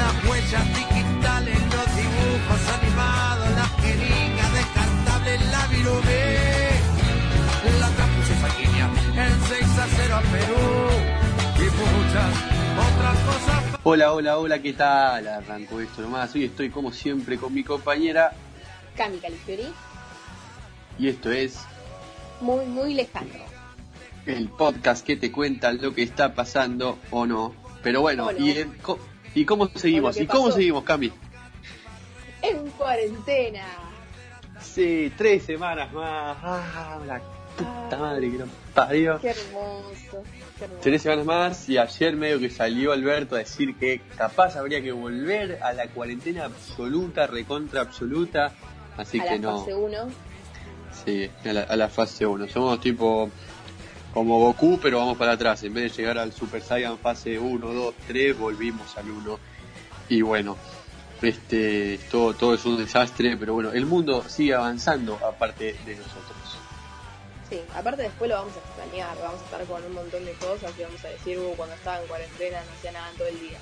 las huellas digitales, los dibujos animados, las jeringas descartables, la virumé, la transfusión sanguínea, el 6-0 a Perú y muchas otras cosas. Hola, ¿qué tal? Arrancó esto nomás. Hoy estoy como siempre con mi compañera Cami Califiori. Y esto es Muy lejano, el podcast que te cuenta lo que está pasando o no. Pero bueno, no. ¿Y cómo seguimos? ¿Y cómo seguimos, Cami? En cuarentena. Sí, 3 semanas más. La puta madre que nos parió. Qué hermoso. 3 semanas más, y ayer medio que salió Alberto a decir que capaz habría que volver a la cuarentena absoluta, recontra absoluta. Así que no. A la fase 1. Sí, a la fase 1. Somos tipo como Goku, pero vamos para atrás. En vez de llegar al Super Saiyan fase 1, 2, 3, volvimos al 1. Y bueno, todo es un desastre, pero bueno, el mundo sigue avanzando aparte de nosotros. Sí, aparte después lo vamos a extrañar, vamos a estar con un montón de cosas y vamos a decir, cuando estaba en cuarentena no hacía nada en todo el día.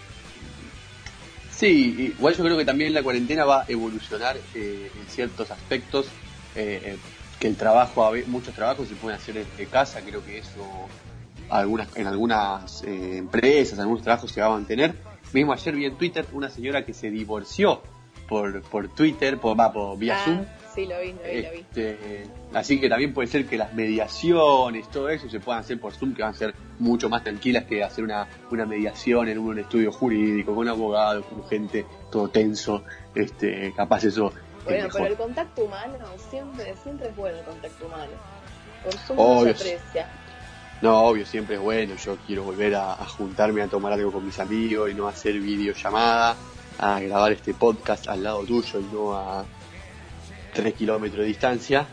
Sí, igual yo creo que también la cuarentena va a evolucionar en ciertos aspectos, que el trabajo, muchos trabajos se pueden hacer desde casa, creo que eso en algunas empresas, algunos trabajos se va a mantener. Mismo ayer vi en Twitter una señora que se divorció por Twitter, vía Zoom. Sí, lo vi. Así que también puede ser que las mediaciones, todo eso se puedan hacer por Zoom, que van a ser mucho más tranquilas que hacer una mediación en un estudio jurídico, con abogados, con gente, todo tenso, capaz eso. Bueno, pero el contacto humano, siempre es bueno el contacto humano. Por Zoom no se aprecia. No, obvio, siempre es bueno. Yo quiero volver a juntarme a tomar algo con mis amigos y no hacer videollamada, a grabar este podcast al lado tuyo y no a 3 kilómetros de distancia.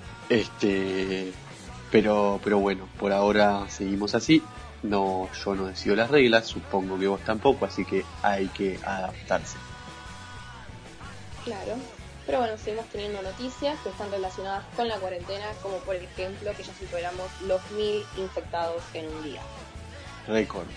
Pero bueno, por ahora seguimos así. No, yo no decido las reglas, supongo que vos tampoco, así que hay que adaptarse. Claro. Pero bueno, seguimos teniendo noticias que están relacionadas con la cuarentena, como por ejemplo que ya superamos los 1000 infectados en un día. Récord,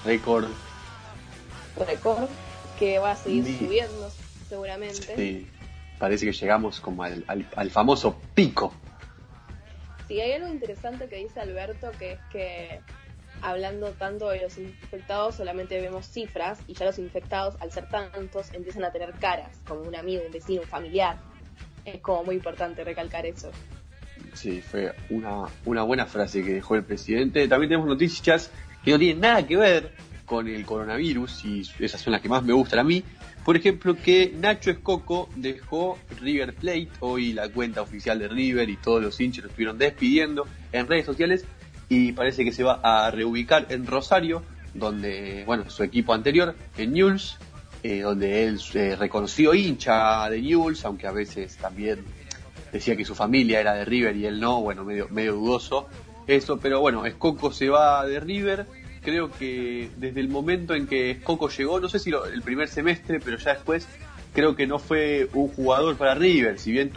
que va a seguir subiendo seguramente. Sí, parece que llegamos como al famoso pico. Sí, hay algo interesante que dice Alberto, que es que hablando tanto de los infectados solamente vemos cifras, y ya los infectados, al ser tantos, empiezan a tener caras, como un amigo, un vecino, un familiar. Es como muy importante recalcar eso. Sí, fue una buena frase que dejó el presidente. También tenemos noticias que no tienen nada que ver con el coronavirus, y esas son las que más me gustan a mí. Por ejemplo, que Nacho Escoco dejó River Plate. Hoy la cuenta oficial de River y todos los hinchas lo estuvieron despidiendo en redes sociales, y parece que se va a reubicar en Rosario, donde, su equipo anterior, en Newell's, donde él reconocido hincha de Newell's, aunque a veces también decía que su familia era de River y él no, medio dudoso eso, pero Escoco se va de River. Creo que desde el momento en que Escoco llegó, no sé si el primer semestre, pero ya después, creo que no fue un jugador para River, si bien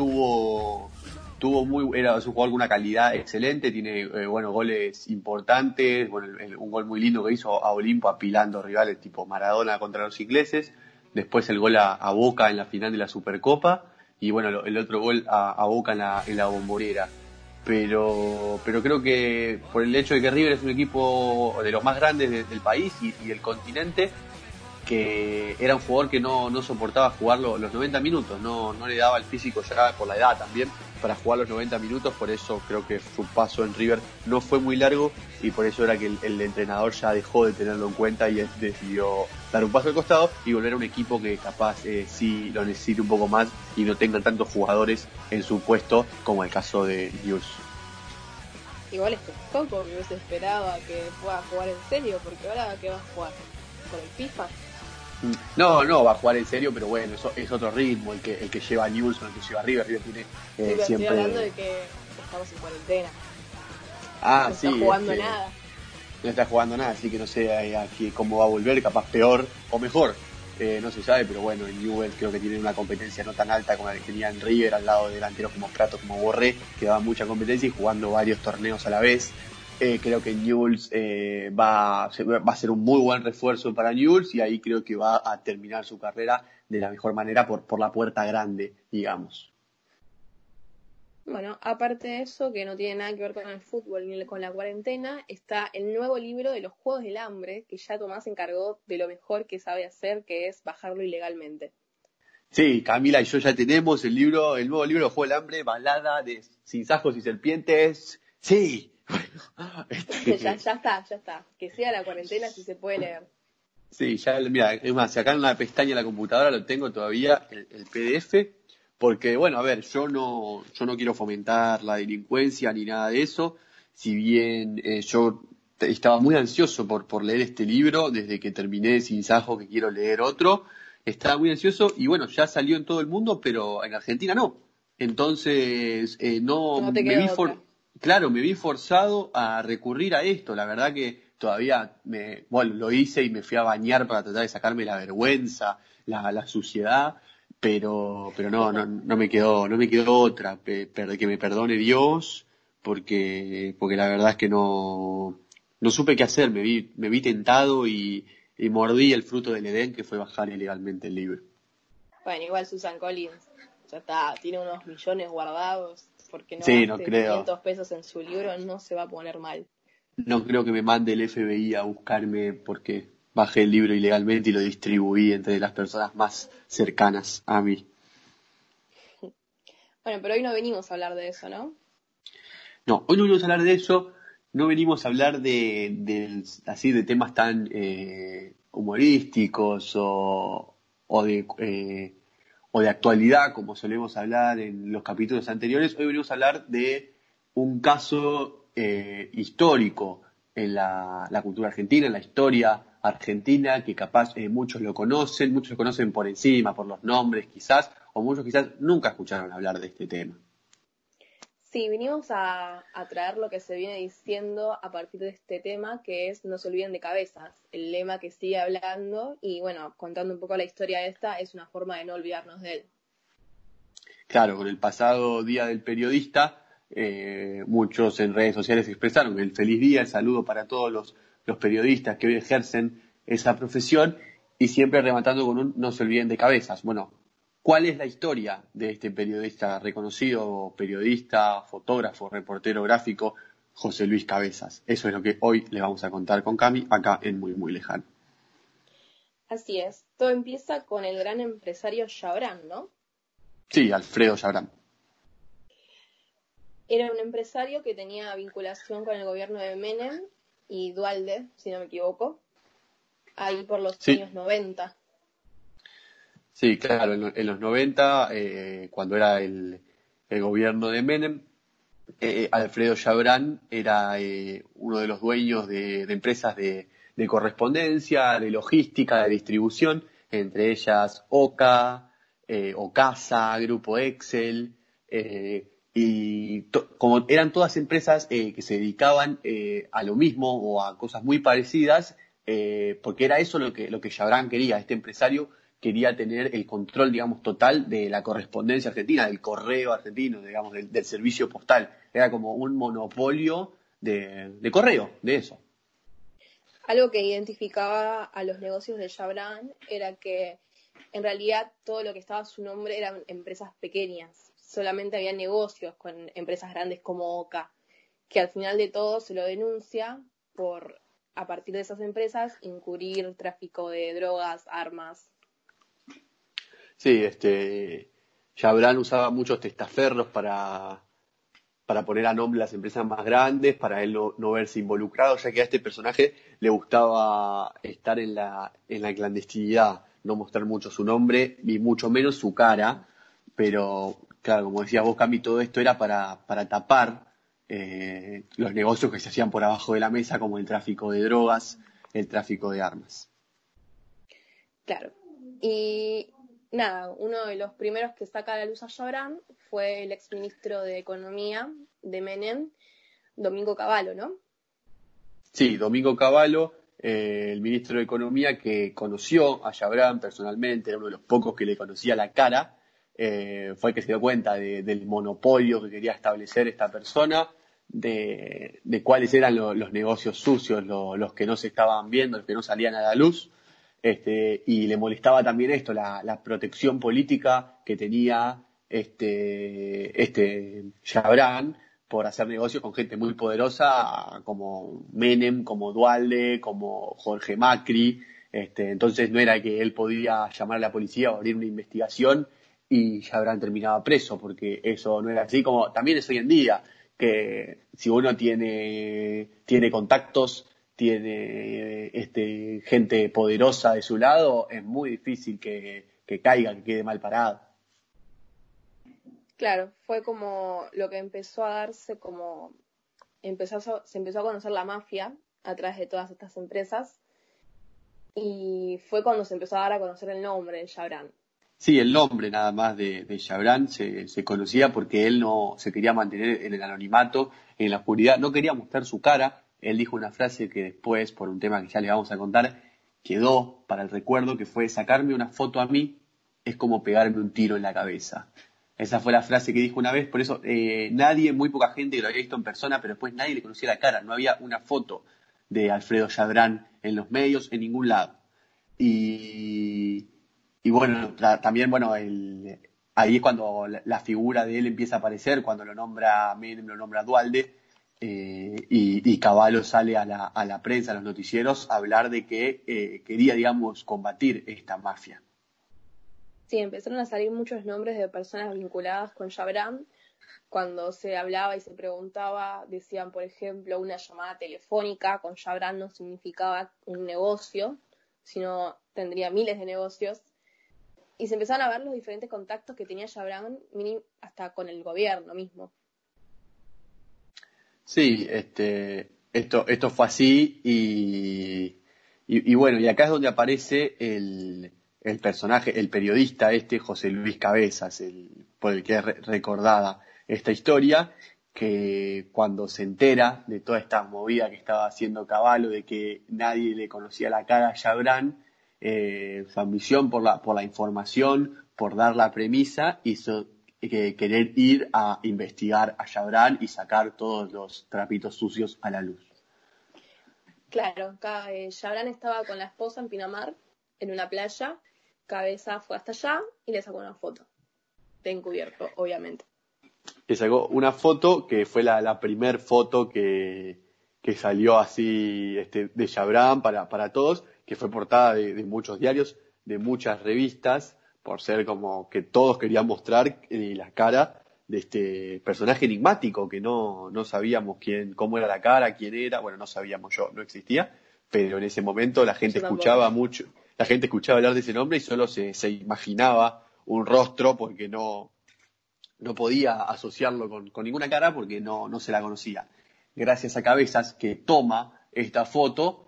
era un jugador con una calidad excelente, tiene goles importantes, un gol muy lindo que hizo a Olimpo apilando rivales tipo Maradona contra los ingleses, después el gol a Boca en la final de la Supercopa, y el otro gol a Boca en la Bombonera. Pero creo que por el hecho de que River es un equipo de los más grandes del país y del continente, que era un jugador que no soportaba jugar los 90 minutos, no le daba el físico ya por la edad también para jugar los 90 minutos, por eso creo que su paso en River no fue muy largo, y por eso era que el entrenador ya dejó de tenerlo en cuenta y decidió dar un paso al costado y volver a un equipo que capaz sí lo necesite un poco más y no tenga tantos jugadores en su puesto como el caso de Newell's. Igual Coco que se esperaba que pueda jugar en serio, porque ahora ¿qué va a jugar? ¿Con el FIFA? No va a jugar en serio, pero eso es otro ritmo el que lleva a Newell's o el que lleva a River. River tiene pero siempre. Estoy hablando de que estamos en cuarentena. No Sí. está jugando nada. No está jugando nada, así que no sé aquí cómo va a volver, capaz peor o mejor. No se sabe, pero en Newell's creo que tienen una competencia no tan alta como la que tenía en River, al lado de delanteros como Prato, como Borré, que daban mucha competencia y jugando varios torneos a la vez. Creo que Newell's va a ser un muy buen refuerzo para Newell's y ahí creo que va a terminar su carrera de la mejor manera por la puerta grande, digamos. Bueno, aparte de eso, que no tiene nada que ver con el fútbol ni con la cuarentena, está el nuevo libro de los Juegos del Hambre, que ya Tomás se encargó de lo mejor que sabe hacer, que es bajarlo ilegalmente. Sí, Camila y yo ya tenemos el nuevo libro de los Juegos del Hambre, balada de sinsajo y serpientes. Sí. Ya está. Que sea la cuarentena si se puede leer. Sí, ya, mira, es más, si acá en una pestaña de la computadora lo tengo todavía, el PDF, porque, bueno, a ver, yo no quiero fomentar la delincuencia ni nada de eso, si bien yo estaba muy ansioso por leer este libro, desde que terminé Sin Sajo, que quiero leer otro, estaba muy ansioso y, bueno, ya salió en todo el mundo, pero en Argentina no. Entonces, No te queda otra. Claro, me vi forzado a recurrir a esto, la verdad que todavía lo hice y me fui a bañar para tratar de sacarme la vergüenza, la suciedad, pero no me quedó otra, que me perdone Dios, porque la verdad es que no supe qué hacer, me vi tentado y mordí el fruto del Edén, que fue bajar ilegalmente el libro. Bueno, igual Susan Collins, ya está, tiene unos millones guardados, porque no Sí, gaste no creo. 500 pesos en su libro, no se va a poner mal. No creo que me mande el FBI a buscarme porque bajé el libro ilegalmente y lo distribuí entre las personas más cercanas a mí. Bueno, pero hoy no venimos a hablar de eso, ¿no? No, hoy no venimos a hablar de eso, no venimos a hablar de temas tan humorísticos o de actualidad como solemos hablar en los capítulos anteriores. Hoy venimos a hablar de un caso histórico en la cultura argentina, en la historia argentina, que capaz muchos lo conocen por encima, por los nombres quizás, o muchos quizás nunca escucharon hablar de este tema. Sí, vinimos a traer lo que se viene diciendo a partir de este tema, que es No se olviden de cabezas, el lema que sigue hablando y, bueno, contando un poco la historia de esta, es una forma de no olvidarnos de él. Claro, con el pasado Día del Periodista, muchos en redes sociales expresaron el feliz día, el saludo para todos los periodistas que hoy ejercen esa profesión y siempre rematando con un no se olviden de cabezas. Bueno, ¿cuál es la historia de este periodista reconocido, periodista, fotógrafo, reportero gráfico, José Luis Cabezas? Eso es lo que hoy le vamos a contar con Cami, acá en Muy Muy Lejano. Así es, todo empieza con el gran empresario Chabrán, ¿no? Sí, Alfredo Chabrán. Era un empresario que tenía vinculación con el gobierno de Menem y Duhalde, si no me equivoco, ahí por los años 90. Sí, claro, en los 90, cuando era el gobierno de Menem, Alfredo Chabrán era uno de los dueños de empresas de correspondencia, de logística, de distribución, entre ellas OCA, Ocasa, Grupo Excel, y como eran todas empresas que se dedicaban a lo mismo o a cosas muy parecidas, porque era eso lo que Chabrán quería, este empresario quería tener el control, digamos, total de la correspondencia argentina, del correo argentino, digamos, del servicio postal. Era como un monopolio de correo, de eso. Algo que identificaba a los negocios de Chabrán era que en realidad todo lo que estaba a su nombre eran empresas pequeñas. Solamente había negocios con empresas grandes como OCA, que al final de todo se lo denuncia por, a partir de esas empresas, incurrir tráfico de drogas, armas. Sí, Chabrán usaba muchos testaferros para poner a nombre las empresas más grandes, para él no verse involucrado, ya que a este personaje le gustaba estar en la clandestinidad, no mostrar mucho su nombre, ni mucho menos su cara, pero claro, como decías vos, Cami, todo esto era para tapar los negocios que se hacían por abajo de la mesa, como el tráfico de drogas, el tráfico de armas. Claro. Y nada, uno de los primeros que saca a la luz a Chabrán fue el exministro de Economía de Menem, Domingo Cavallo, ¿no? Sí, Domingo Cavallo, el ministro de Economía que conoció a Chabrán personalmente, era uno de los pocos que le conocía la cara, fue el que se dio cuenta del monopolio que quería establecer esta persona, de cuáles eran los negocios sucios, los que no se estaban viendo, los que no salían a la luz. Y le molestaba también esto, la protección política que tenía Chabrán por hacer negocios con gente muy poderosa como Menem, como Dualde, como Jorge Macri. Entonces no era que él podía llamar a la policía o abrir una investigación y Chabrán terminaba preso, porque eso no era así, como también es hoy en día, que si uno tiene contactos, tiene gente poderosa de su lado, es muy difícil que caiga, que quede mal parado. Claro, fue como lo que empezó a darse se empezó a conocer la mafia a través de todas estas empresas y fue cuando se empezó a dar a conocer el nombre de Chabrán. Sí, el nombre nada más de Chabrán se conocía porque él no se quería mantener en el anonimato, en la oscuridad, no quería mostrar su cara. Él dijo una frase que después, por un tema que ya le vamos a contar, quedó para el recuerdo, que fue: sacarme una foto a mí es como pegarme un tiro en la cabeza. Esa fue la frase que dijo una vez, por eso muy poca gente lo había visto en persona, pero después nadie le conocía la cara, no había una foto de Alfredo Chabrán en los medios, en ningún lado. Y bueno, también, ahí es cuando la figura de él empieza a aparecer, cuando lo nombra Menem, lo nombra Dualde, y Cavallo sale a la prensa, a los noticieros, a hablar de que quería, digamos, combatir esta mafia. Sí, empezaron a salir muchos nombres de personas vinculadas con Chabrán. Cuando se hablaba y se preguntaba, decían, por ejemplo, una llamada telefónica con Chabrán no significaba un negocio, sino tendría miles de negocios. Y se empezaron a ver los diferentes contactos que tenía Chabrán, hasta con el gobierno mismo. Sí, esto fue así y bueno, y acá es donde aparece el personaje, el periodista José Luis Cabezas, por el que es recordada esta historia, que cuando se entera de toda esta movida que estaba haciendo Cavallo, de que nadie le conocía la cara a Chabrán, su ambición por la información, por dar la premisa, hizo querer ir a investigar a Chabrán y sacar todos los trapitos sucios a la luz. Claro, Chabrán estaba con la esposa en Pinamar, en una playa. Cabeza fue hasta allá y le sacó una foto de encubierto, obviamente. Le sacó una foto que fue la primer foto que salió así de Chabrán para todos, que fue portada de muchos diarios, de muchas revistas, por ser como que todos querían mostrar la cara de este personaje enigmático que no sabíamos cómo era la cara, quién era. Bueno, no sabíamos, no existía, pero en ese momento la gente escuchaba mucho, la gente escuchaba hablar de ese nombre y solo se imaginaba un rostro, porque no podía asociarlo con ninguna cara porque no se la conocía. Gracias a Cabezas, que toma esta foto,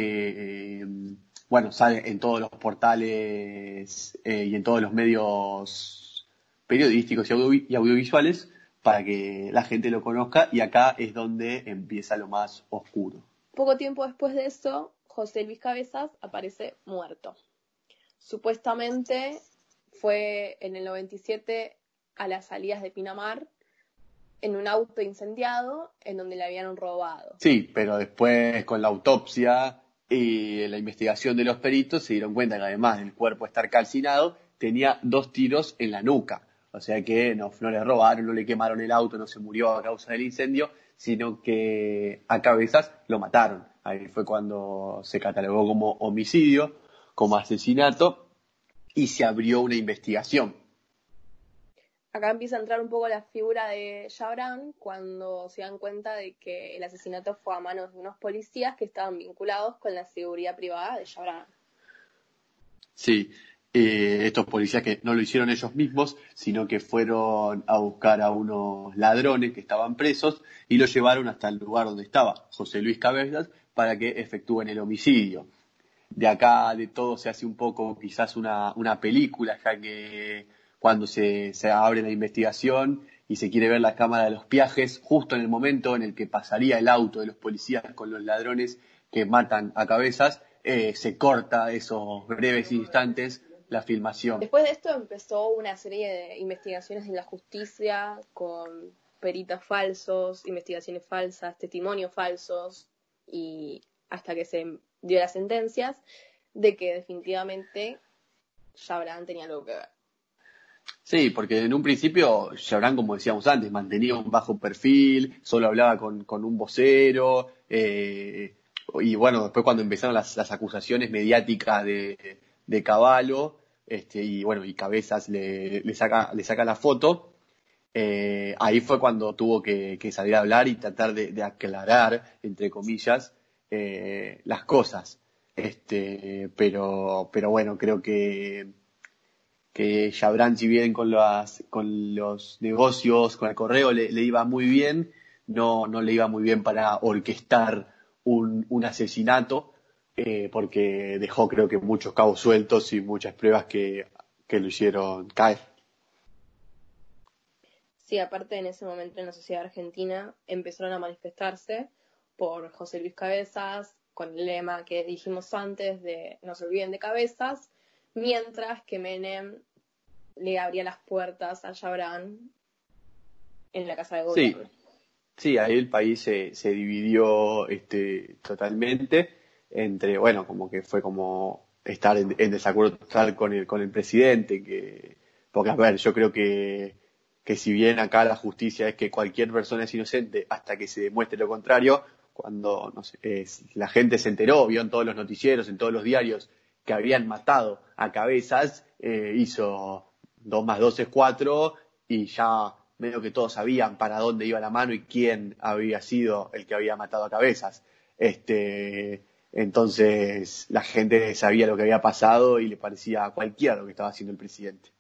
sale en todos los portales y en todos los medios periodísticos y audiovisuales para que la gente lo conozca, y acá es donde empieza lo más oscuro. Poco tiempo después de eso, José Luis Cabezas aparece muerto. Supuestamente fue en el 97 a las salidas de Pinamar en un auto incendiado en donde le habían robado. Sí, pero después con la autopsia y la investigación de los peritos se dieron cuenta que además del cuerpo estar calcinado, tenía 2 tiros en la nuca. O sea que no le robaron, no le quemaron el auto, no se murió a causa del incendio, sino que a Cabezas lo mataron. Ahí fue cuando se catalogó como homicidio, como asesinato, y se abrió una investigación. Acá empieza a entrar un poco la figura de Chabrán cuando se dan cuenta de que el asesinato fue a manos de unos policías que estaban vinculados con la seguridad privada de Chabrán. Sí, estos policías que no lo hicieron ellos mismos, sino que fueron a buscar a unos ladrones que estaban presos y los llevaron hasta el lugar donde estaba José Luis Cabezas para que efectúen el homicidio. De acá de todo se hace un poco quizás una película, ya que cuando se abre la investigación y se quiere ver la cámara de los peajes, justo en el momento en el que pasaría el auto de los policías con los ladrones que matan a Cabezas, se corta esos breves instantes la filmación. Después de esto empezó una serie de investigaciones en la justicia con peritas falsos, investigaciones falsas, testimonios falsos, y hasta que se dio las sentencias de que definitivamente Chabran tenía algo que ver. Sí, porque en un principio Chabran, como decíamos antes, mantenía un bajo perfil, solo hablaba con un vocero, y bueno, después cuando empezaron las acusaciones mediáticas de Cavallo, y bueno, y Cabezas le saca la foto, ahí fue cuando tuvo que salir a hablar y tratar de aclarar, entre comillas, las cosas. Pero bueno, creo que Chabran, si bien con los negocios, con el correo le iba muy bien, no le iba muy bien para orquestar un asesinato, porque dejó creo que muchos cabos sueltos y muchas pruebas que lo hicieron caer. Sí, aparte en ese momento en la sociedad argentina empezaron a manifestarse por José Luis Cabezas, con el lema que dijimos antes de no se olviden de Cabezas, mientras que Menem le abría las puertas a Chabran en la casa de Sí, gobierno. sí, ahí el país se dividió totalmente entre, bueno, como que fue como estar en desacuerdo total con el presidente, porque a ver, yo creo que si bien acá la justicia es que cualquier persona es inocente hasta que se demuestre lo contrario, cuando no sé, la gente se enteró, vio en todos los noticieros, en todos los diarios que habían matado a Cabezas, hizo 2 más 2 es 4 y ya medio que todos sabían para dónde iba la mano y quién había sido el que había matado a Cabezas. Entonces la gente sabía lo que había pasado y le parecía a cualquiera lo que estaba haciendo el presidente.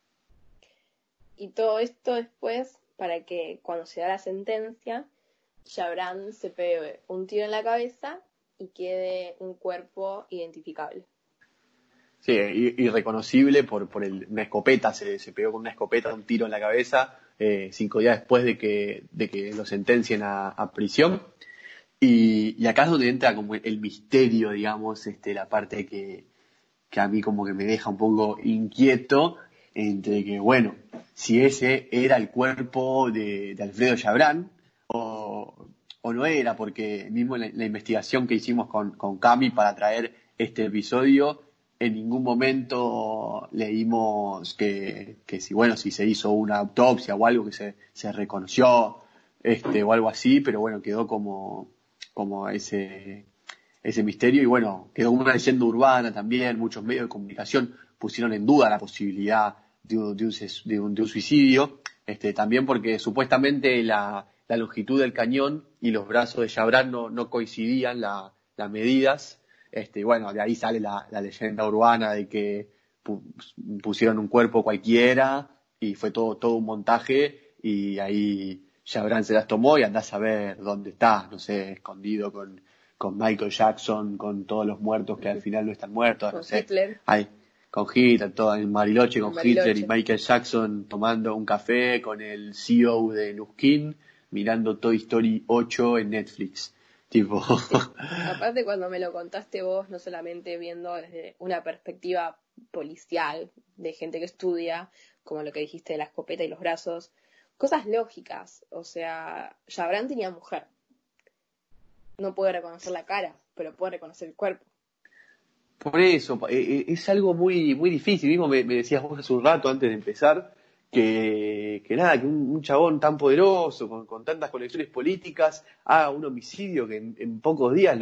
Y todo esto después, para que cuando se da la sentencia, Chabran se pegue un tiro en la cabeza y quede un cuerpo identificable. Sí, irreconocible por una escopeta, se pegó con una escopeta, un tiro en la cabeza, 5 días después de que lo sentencien a prisión. Y acá es donde entra como el misterio, digamos, la parte que a mí como que me deja un poco inquieto, entre que, bueno, si ese era el cuerpo de Alfredo Chabran o no era, porque mismo la investigación que hicimos con Cami para traer este episodio, en ningún momento leímos que si se hizo una autopsia o algo que se reconoció, o algo así, pero bueno, quedó como ese misterio y bueno, quedó como una leyenda urbana también, muchos medios de comunicación pusieron en duda la posibilidad de un suicidio, también porque supuestamente la longitud del cañón y los brazos de Chabran no coincidían las medidas, y bueno, de ahí sale la leyenda urbana de que pusieron un cuerpo cualquiera y fue todo un montaje y ahí Chabran se las tomó y andás a ver dónde está, no sé, escondido con Michael Jackson, con todos los muertos que al final no están muertos, Con no sé. Hitler. Con Hitler, todo en Bariloche, En con Bariloche. Hitler y Michael Jackson tomando un café con el CEO de Nuskin, mirando Toy Story 8 en Netflix. Tipo. Sí. Aparte cuando me lo contaste vos, no solamente viendo desde una perspectiva policial, de gente que estudia, como lo que dijiste de la escopeta y los brazos, cosas lógicas. O sea, Chabran tenía mujer. No puede reconocer la cara, pero puede reconocer el cuerpo. Por eso, es algo muy, muy difícil. Mismo me decías vos hace un rato antes de empezar que nada, que un chabón tan poderoso, con tantas conexiones políticas, haga un homicidio que en pocos días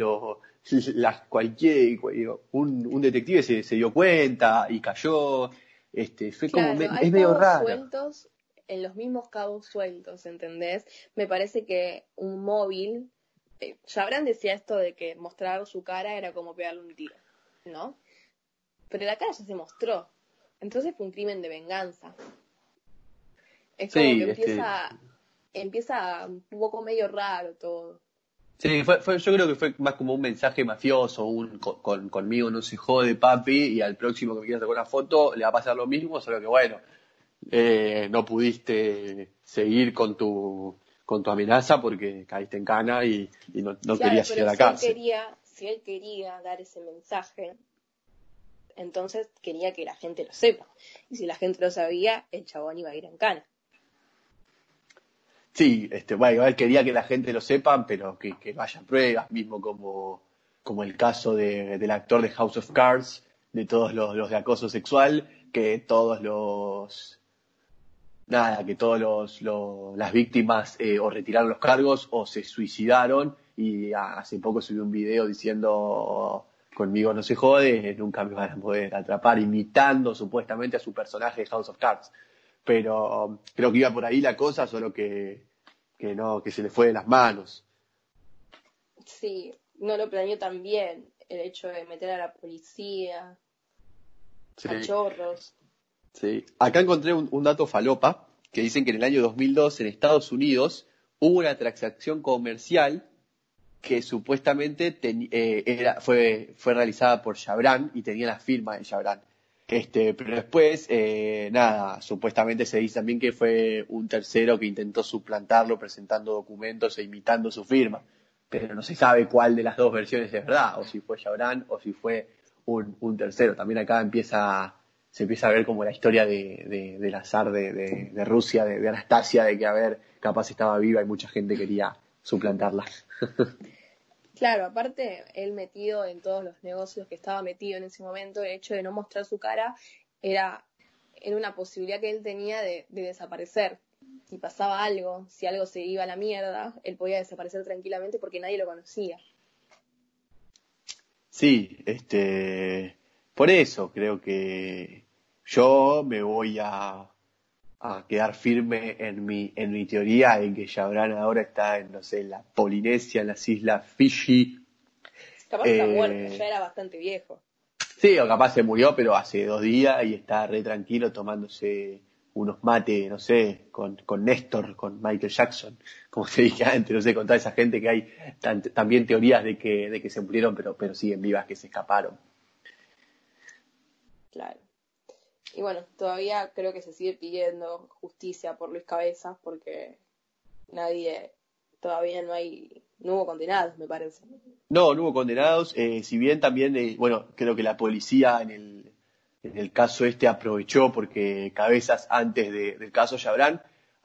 un detective se dio cuenta y cayó. Fue como, Claro, hay es medio cabos raro. sueltos, en los mismos cabos sueltos, ¿entendés? Me parece que un móvil, Chabran decía esto de que mostrar su cara era como pegarle un tiro, ¿no? Pero la cara ya se mostró, entonces fue un crimen de venganza. Es como que Sí, empieza un poco medio raro todo. sí, yo creo que fue más como un mensaje mafioso, conmigo no se jode, papi, y al próximo que me quiera sacar una foto le va a pasar lo mismo, solo que bueno, no pudiste seguir con tu amenaza porque caíste en cana y no Claro, querías ir pero a la cárcel. si él quería dar ese mensaje, entonces quería que la gente lo sepa. Y si la gente lo sabía, el chabón iba a ir en cana. Sí, bueno, igual quería que la gente lo sepan, pero que no haya pruebas, mismo como el caso del actor de House of Cards, de todos los de acoso sexual, que todos los, nada, que todos las víctimas o retiraron los cargos o se suicidaron, y hace poco subió un video diciendo conmigo no se jode, nunca me van a poder atrapar, imitando supuestamente a su personaje de House of Cards. Pero creo que iba por ahí la cosa, solo que no, que se le fue de las manos. Sí, no lo planeó tan bien el hecho de meter a la policía, Sí, a chorros. sí. Acá encontré un dato falopa que dicen que en el año 2002 en Estados Unidos hubo una transacción comercial que supuestamente fue realizada por Chabran y tenía la firma de Chabran. Pero después, nada, supuestamente se dice también que fue un tercero que intentó suplantarlo presentando documentos e imitando su firma. Pero no se sabe cuál de las dos versiones es verdad, o si fue Chabran o si fue un tercero. También acá se empieza a ver como la historia del azar de Rusia, de Anastasia, de que a ver, capaz estaba viva y mucha gente quería suplantarla. Claro, aparte, él metido en todos los negocios que estaba metido en ese momento, el hecho de no mostrar su cara era una posibilidad que él tenía de desaparecer. Si pasaba algo, si algo se iba a la mierda, él podía desaparecer tranquilamente porque nadie lo conocía. Sí, por eso creo que yo me voy a quedar firme en mi teoría de que Chabran ahora está en, no sé, en la Polinesia, en las islas Fiji. Capaz está muerto, ya era bastante viejo. Sí, o capaz se murió, pero hace 2 días y está re tranquilo tomándose unos mates, no sé, con Néstor, con Michael Jackson, como te dije antes, no sé, con toda esa gente que hay también teorías de que se murieron, pero siguen vivas, que se escaparon. Claro. Y bueno, todavía creo que se sigue pidiendo justicia por Luis Cabezas porque todavía no hubo condenados, me parece. No hubo condenados, si bien también, bueno, creo que la policía en el caso aprovechó porque Cabezas antes del caso Chabran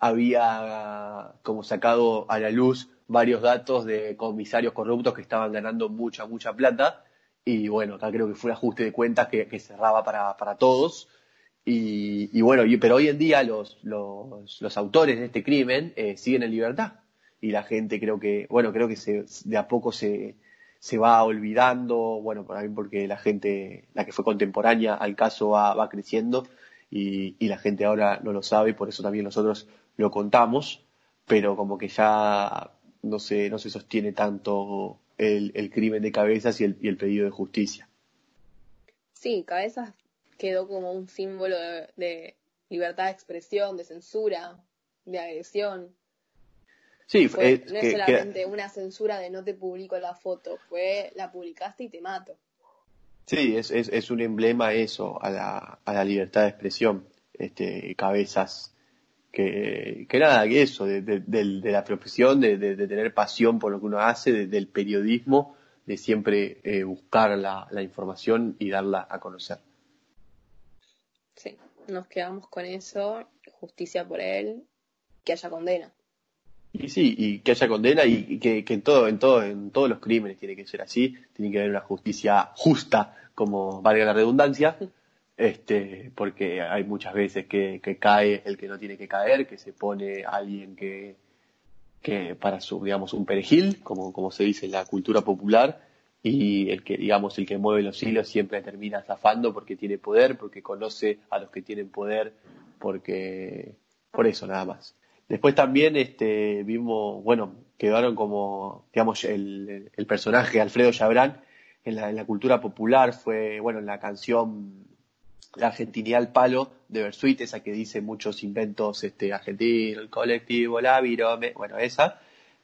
había como sacado a la luz varios datos de comisarios corruptos que estaban ganando mucha plata, y bueno, acá creo que fue un ajuste de cuentas que cerraba para todos. Y bueno, pero hoy en día los autores de este crimen siguen en libertad, y la gente creo que de a poco se va olvidando, bueno, también porque la gente, la que fue contemporánea al caso va creciendo, y la gente ahora no lo sabe, por eso también nosotros lo contamos, pero como que ya no se sostiene tanto el crimen de Cabezas y el pedido de justicia. Sí, Cabezas quedó como un símbolo de libertad de expresión, de censura, de agresión. Sí, No es solamente una censura de no te publico la foto, fue la publicaste y te mato. sí, es un emblema eso, a la libertad de expresión, Cabezas, que nada, que eso, de la profesión, de tener pasión por lo que uno hace, del periodismo, de siempre buscar la información y darla a conocer. Sí, nos quedamos con eso, justicia por él, que haya condena. Y sí, y que haya condena, y que en todos los crímenes tiene que ser así, tiene que haber una justicia justa, como valga la redundancia, porque hay muchas veces que cae el que no tiene que caer, que se pone alguien que para digamos, un perejil, como se dice en la cultura popular, y el que mueve los hilos siempre termina zafando porque tiene poder, porque conoce a los que tienen poder, por eso nada más. Después también vimos, bueno, quedaron como, digamos, el personaje Alfredo Chabran en la cultura popular fue, bueno, en la canción La Argentinidad al Palo de Bersuit, esa que dice muchos inventos argentinos, el colectivo, la virome, bueno, esa.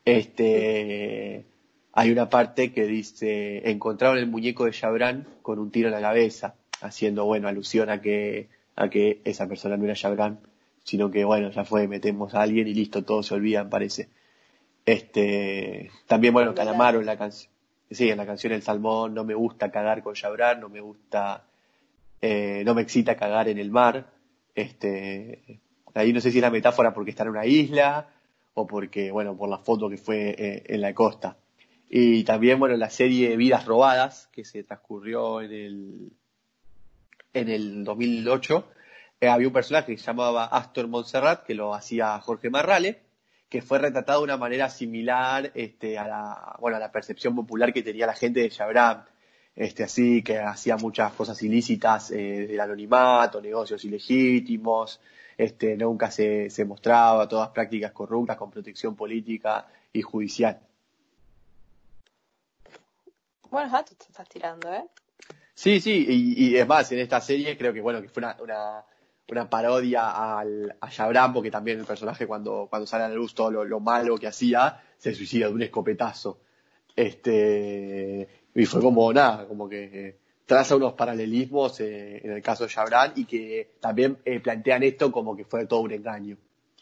Hay una parte que dice: encontraron el muñeco de Chabran con un tiro en la cabeza, haciendo, bueno, alusión a que esa persona no era Chabran, sino que, bueno, ya fue, metemos a alguien y listo, todos se olvidan, parece. También, bueno, Calamaro en la canción. Sí, en la canción El Salmón: no me gusta cagar con Chabran, no me excita cagar en el mar. Ahí no sé si es la metáfora porque está en una isla, o porque, bueno, por la foto que fue en la costa. Y también, bueno, la serie Vidas Robadas, que se transcurrió en el 2008, había un personaje que se llamaba Astor Montserrat, que lo hacía Jorge Marrale, que fue retratado de una manera similar a la percepción popular que tenía la gente de Chabram, así que hacía muchas cosas ilícitas del anonimato, negocios ilegítimos, nunca se mostraba, todas prácticas corruptas con protección política y judicial. Buenos datos te estás tirando, ¿eh? Sí, y es más, en esta serie creo que bueno que fue una parodia a Chabram, porque también el personaje cuando sale a la luz todo lo malo que hacía, se suicida de un escopetazo. Y fue como nada, como que traza unos paralelismos en el caso de Chabram y que también plantean esto como que fue todo un engaño.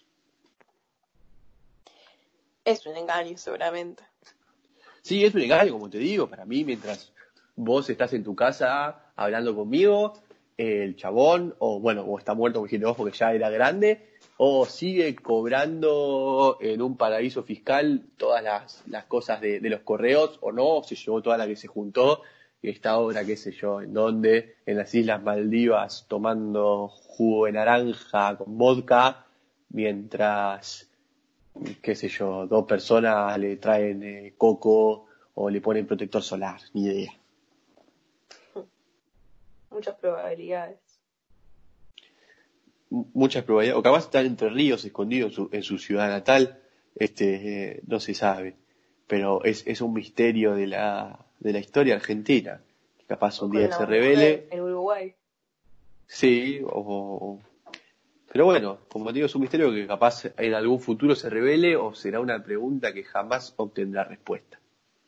Es un engaño, seguramente. Sí, es un engaño, como te digo, para mí, mientras vos estás en tu casa hablando conmigo, el chabón, o está muerto, como dijiste vos, porque ya era grande, o sigue cobrando en un paraíso fiscal todas las cosas de los correos, o no, se llevó toda la que se juntó, y está ahora, qué sé yo, en dónde, en las Islas Maldivas, tomando jugo de naranja con vodka, mientras, qué sé yo, 2 personas le traen coco o le ponen protector solar, ni idea. Muchas probabilidades. Muchas probabilidades, o capaz están entre ríos escondidos en su ciudad natal, no se sabe, pero es un misterio de la historia argentina, que capaz un día se revele. En Uruguay. Sí, pero bueno, como te digo, es un misterio que capaz en algún futuro se revele o será una pregunta que jamás obtendrá respuesta.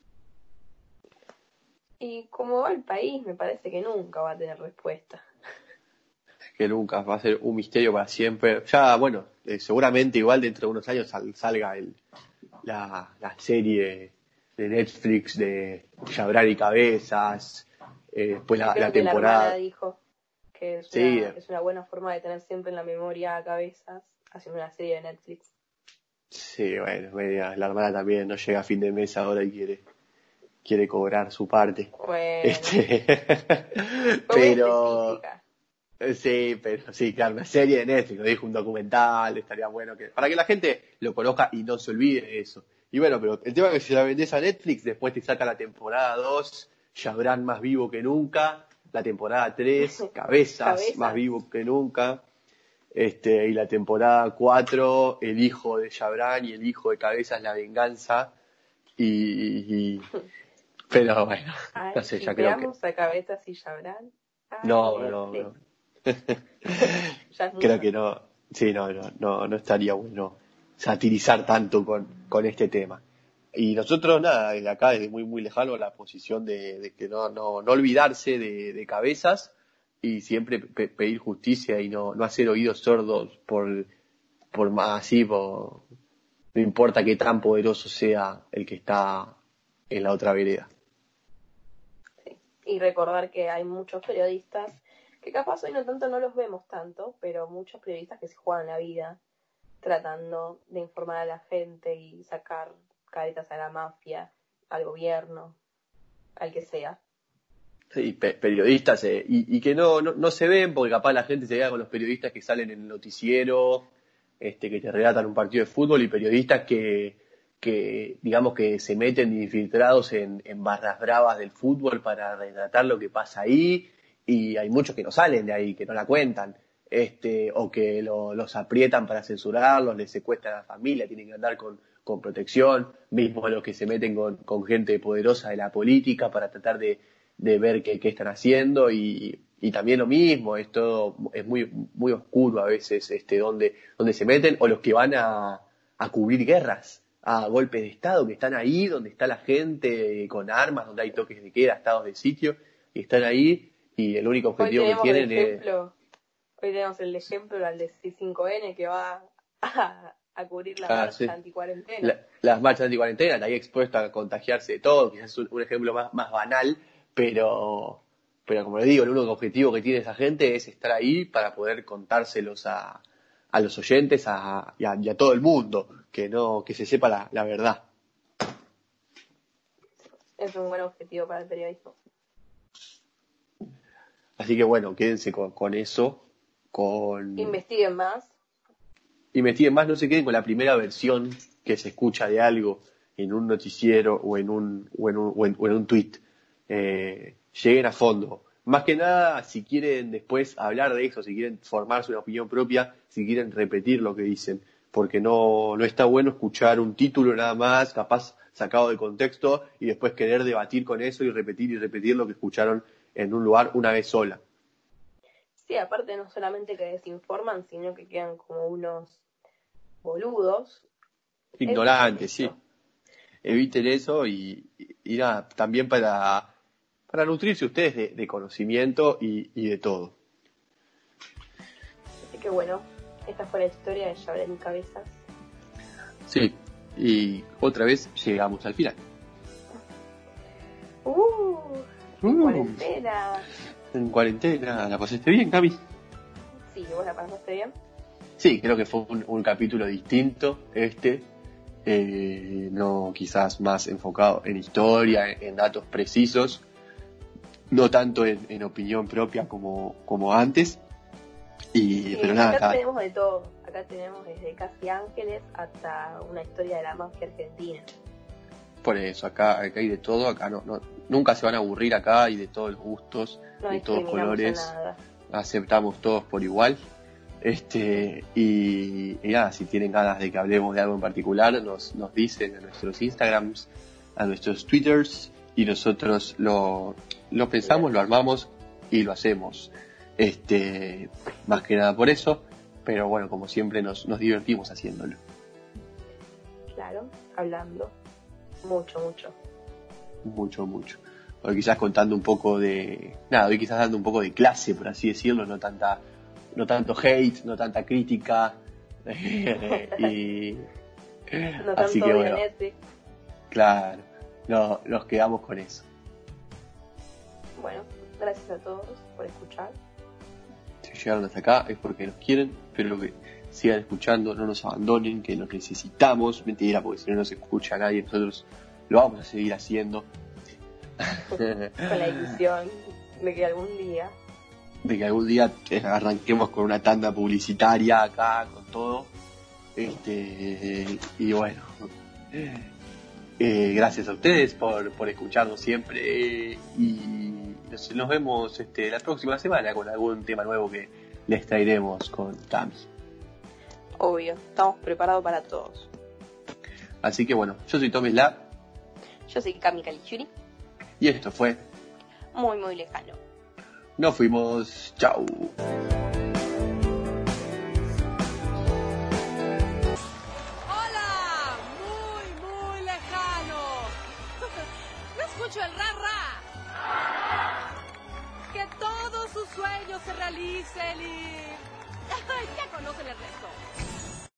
Y como va el país, me parece que nunca va a tener respuesta. Que nunca va a ser un misterio para siempre. Ya, bueno, seguramente igual dentro de unos años salga la serie de Netflix de Chabrar y Cabezas, después la temporada. La hermana dijo que es una buena forma de tener siempre en la memoria a Cabezas haciendo una serie de Netflix. Sí, bueno, la hermana también no llega a fin de mes ahora y quiere cobrar su parte. Bueno, pero sí, pero sí, claro, una serie de Netflix, lo dijo, un documental, estaría bueno para que la gente lo conozca y no se olvide de eso. Y bueno, pero el tema es que si la vendés a Netflix, después te saca la temporada 2, Chabran más vivo que nunca, la temporada 3, Cabezas más vivo que nunca, y la temporada 4, el hijo de Chabran y el hijo de Cabezas, la venganza, pero bueno, no sé, ya creo que... a Cabezas y Chabran. No. Creo que no. Sí, no estaría bueno satirizar tanto con este tema. Y nosotros, nada, desde acá, desde muy, muy lejano, la posición de que no olvidarse de Cabezas y siempre pedir justicia y no hacer oídos sordos por más así, no importa qué tan poderoso sea el que está en la otra vereda. Sí. Y recordar que hay muchos periodistas que capaz hoy no los vemos tanto, pero muchos periodistas que se juegan la vida tratando de informar a la gente y sacar caretas a la mafia, al gobierno, al que sea. Sí, periodistas y que no se ven porque capaz la gente se queda con los periodistas que salen en el noticiero, que te relatan un partido de fútbol, y periodistas que digamos que se meten infiltrados en barras bravas del fútbol para retratar lo que pasa ahí, y hay muchos que no salen de ahí, que no la cuentan, o que los aprietan para censurarlos, les secuestran a la familia, tienen que andar con protección, mismo los que se meten con gente poderosa de la política para tratar de ver qué están haciendo, y también lo mismo, es muy, muy oscuro a veces donde se meten, o los que van a cubrir guerras, a golpes de estado, que están ahí donde está la gente con armas, donde hay toques de queda, estados de sitio, y están ahí, y el único objetivo que tienen es... Hoy tenemos el ejemplo al de C5N que va a cubrir la marcha anticuarentena. Las marchas anticuarentena, ahí expuesto a contagiarse de todo, quizás es un ejemplo más banal, pero como le digo, el único objetivo que tiene esa gente es estar ahí para poder contárselos a a los oyentes y a todo el mundo, que se sepa la verdad. Es un buen objetivo para el periodismo. Así que bueno, quédense con eso. Investiguen más. Investiguen más, no se queden con la primera versión que se escucha de algo en un noticiero o en un tweet. Lleguen a fondo. Más que nada, si quieren después hablar de eso, si quieren formarse una opinión propia, si quieren repetir lo que dicen, porque no está bueno escuchar un título nada más, capaz sacado de contexto, y después querer debatir con eso y repetir lo que escucharon en un lugar una vez sola. Sí, aparte no solamente que desinforman, sino que quedan como unos boludos. Ignorantes, sí. Eviten eso y nada, también para nutrirse ustedes de conocimiento y de todo. Así que bueno, esta fue la historia de Javelin Cabezas. Sí, y otra vez llegamos al final. Cuarentena. En cuarentena, ¿la pasaste bien, Cami? Sí, ¿vos la pasaste bien? Sí, creo que fue un capítulo distinto no quizás más enfocado en historia, en datos precisos, no tanto en opinión propia como antes. Sí, pero nada, acá tenemos de todo. Acá tenemos desde Casi Ángeles hasta una historia de la mafia argentina. Por eso, acá hay de todo, acá nunca se van a aburrir, acá hay de todos los gustos, de todos colores, aceptamos todos por igual. Y nada, si tienen ganas de que hablemos de algo en particular, nos dicen a nuestros Instagrams, a nuestros Twitters, y nosotros lo pensamos, lo armamos y lo hacemos. Más que nada por eso, pero bueno, como siempre nos divertimos haciéndolo. Claro, hablando. Mucho. Hoy quizás contando un poco hoy quizás dando un poco de clase, por así decirlo, no tanto hate, no tanta crítica, y no así tanto que bueno, claro, nos quedamos con eso. Bueno, gracias a todos por escuchar. Si llegaron hasta acá es porque nos quieren, pero que sigan escuchando, no nos abandonen, que los necesitamos. Mentira, porque si no nos escucha nadie, nosotros lo vamos a seguir haciendo. Con la ilusión de que algún día arranquemos con una tanda publicitaria acá, con todo. Y bueno, gracias a ustedes por escucharnos siempre, y nos vemos la próxima semana con algún tema nuevo que les traeremos con Cami. Obvio, estamos preparados para todos. Así que bueno, yo soy Tommy La. Yo soy Cami Caligiuri. Y esto fue Muy, muy lejano. Nos fuimos. Chau. Hola, muy lejano. No escucho el ra. Que todos sus sueños se realicen y ya conocen el resto.